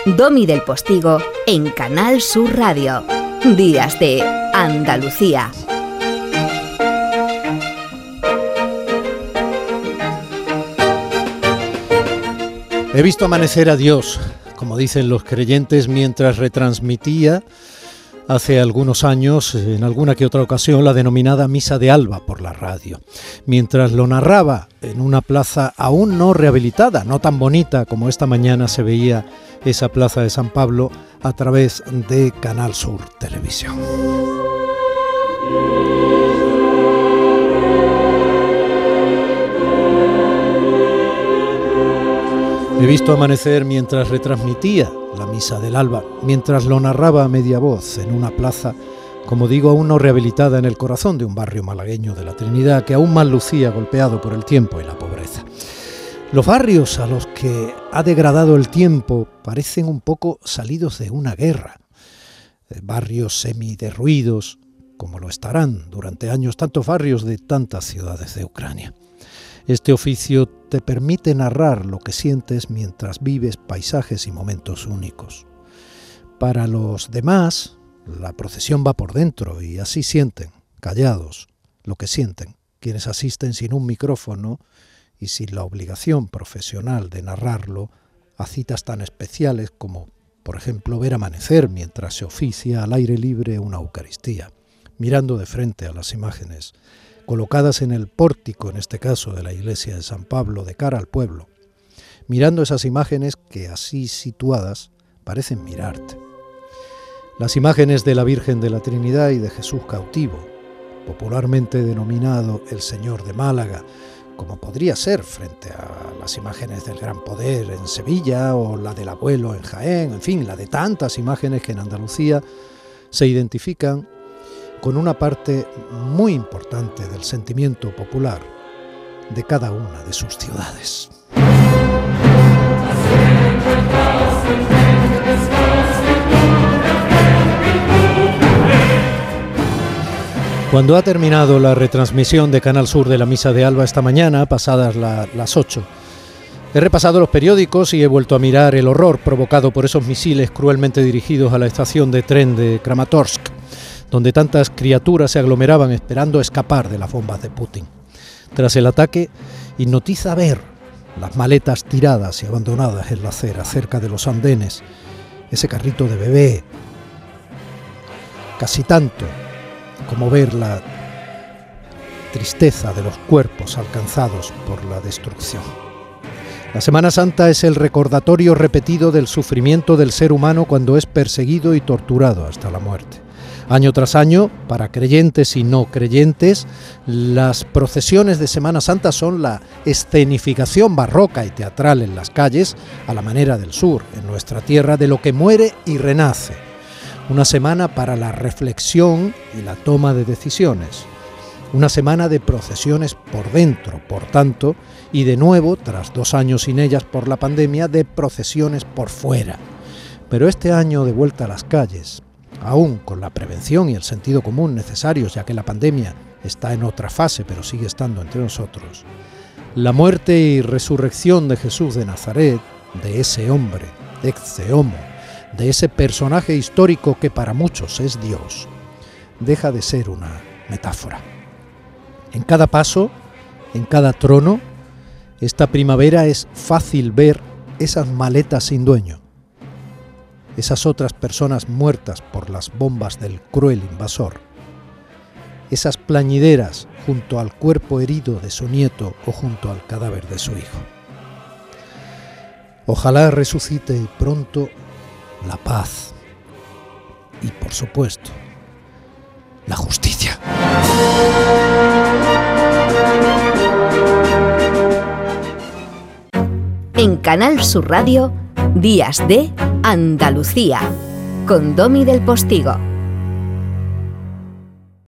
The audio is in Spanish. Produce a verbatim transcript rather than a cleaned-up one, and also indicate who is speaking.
Speaker 1: Domi del Postigo en Canal Sur Radio. Días de Andalucía.
Speaker 2: He visto amanecer a Dios, como dicen los creyentes, mientras retransmitía hace algunos años, en alguna que otra ocasión, la denominada Misa de Alba por la radio. Mientras lo narraba en una plaza aún no rehabilitada, no tan bonita como esta mañana se veía esa plaza de San Pablo a través de Canal Sur Televisión. He visto amanecer mientras retransmitía la Misa del Alba, mientras lo narraba a media voz en una plaza, como digo, aún no rehabilitada en el corazón de un barrio malagueño de la Trinidad, que aún más lucía golpeado por el tiempo y la pobreza. Los barrios a los que ha degradado el tiempo parecen un poco salidos de una guerra. Barrios semiderruidos, como lo estarán durante años tantos barrios de tantas ciudades de Ucrania. Este oficio te permite narrar lo que sientes mientras vives paisajes y momentos únicos. Para los demás, la procesión va por dentro y así sienten, callados, lo que sienten, quienes asisten sin un micrófono y sin la obligación profesional de narrarlo a citas tan especiales como, por ejemplo, ver amanecer mientras se oficia al aire libre una Eucaristía, mirando de frente a las imágenes colocadas en el pórtico, en este caso de la iglesia de San Pablo, de cara al pueblo, mirando esas imágenes que así situadas parecen mirarte. Las imágenes de la Virgen de la Trinidad y de Jesús cautivo, popularmente denominado el Señor de Málaga, como podría ser frente a las imágenes del Gran Poder en Sevilla o la del Abuelo en Jaén, en fin, la de tantas imágenes que en Andalucía se identifican con una parte muy importante del sentimiento popular de cada una de sus ciudades. Cuando ha terminado la retransmisión de Canal Sur de la Misa de Alba esta mañana, pasadas la, las ocho, he repasado los periódicos y he vuelto a mirar el horror provocado por esos misiles cruelmente dirigidos a la estación de tren de Kramatorsk, donde tantas criaturas se aglomeraban esperando escapar de las bombas de Putin. Tras el ataque, hipnotiza ver las maletas tiradas y abandonadas en la acera, cerca de los andenes, ese carrito de bebé, casi tanto como ver la tristeza de los cuerpos alcanzados por la destrucción. La Semana Santa es el recordatorio repetido del sufrimiento del ser humano cuando es perseguido y torturado hasta la muerte. Año tras año, para creyentes y no creyentes, las procesiones de Semana Santa son la escenificación barroca y teatral en las calles, a la manera del sur, en nuestra tierra, de lo que muere y renace. Una semana para la reflexión y la toma de decisiones. Una semana de procesiones por dentro, por tanto, y de nuevo, tras dos años sin ellas por la pandemia, de procesiones por fuera. Pero este año de vuelta a las calles, aún con la prevención y el sentido común necesarios, ya que la pandemia está en otra fase, pero sigue estando entre nosotros, la muerte y resurrección de Jesús de Nazaret, de ese hombre, ecce homo, de ese personaje histórico que para muchos es Dios, deja de ser una metáfora. En cada paso, en cada trono, esta primavera es fácil ver esas maletas sin dueño, esas otras personas muertas por las bombas del cruel invasor, esas plañideras junto al cuerpo herido de su nieto o junto al cadáver de su hijo. Ojalá resucite pronto la paz y, por supuesto, la justicia.
Speaker 1: En Canal Sur Radio, Días de Andalucía, con Domi del Postigo.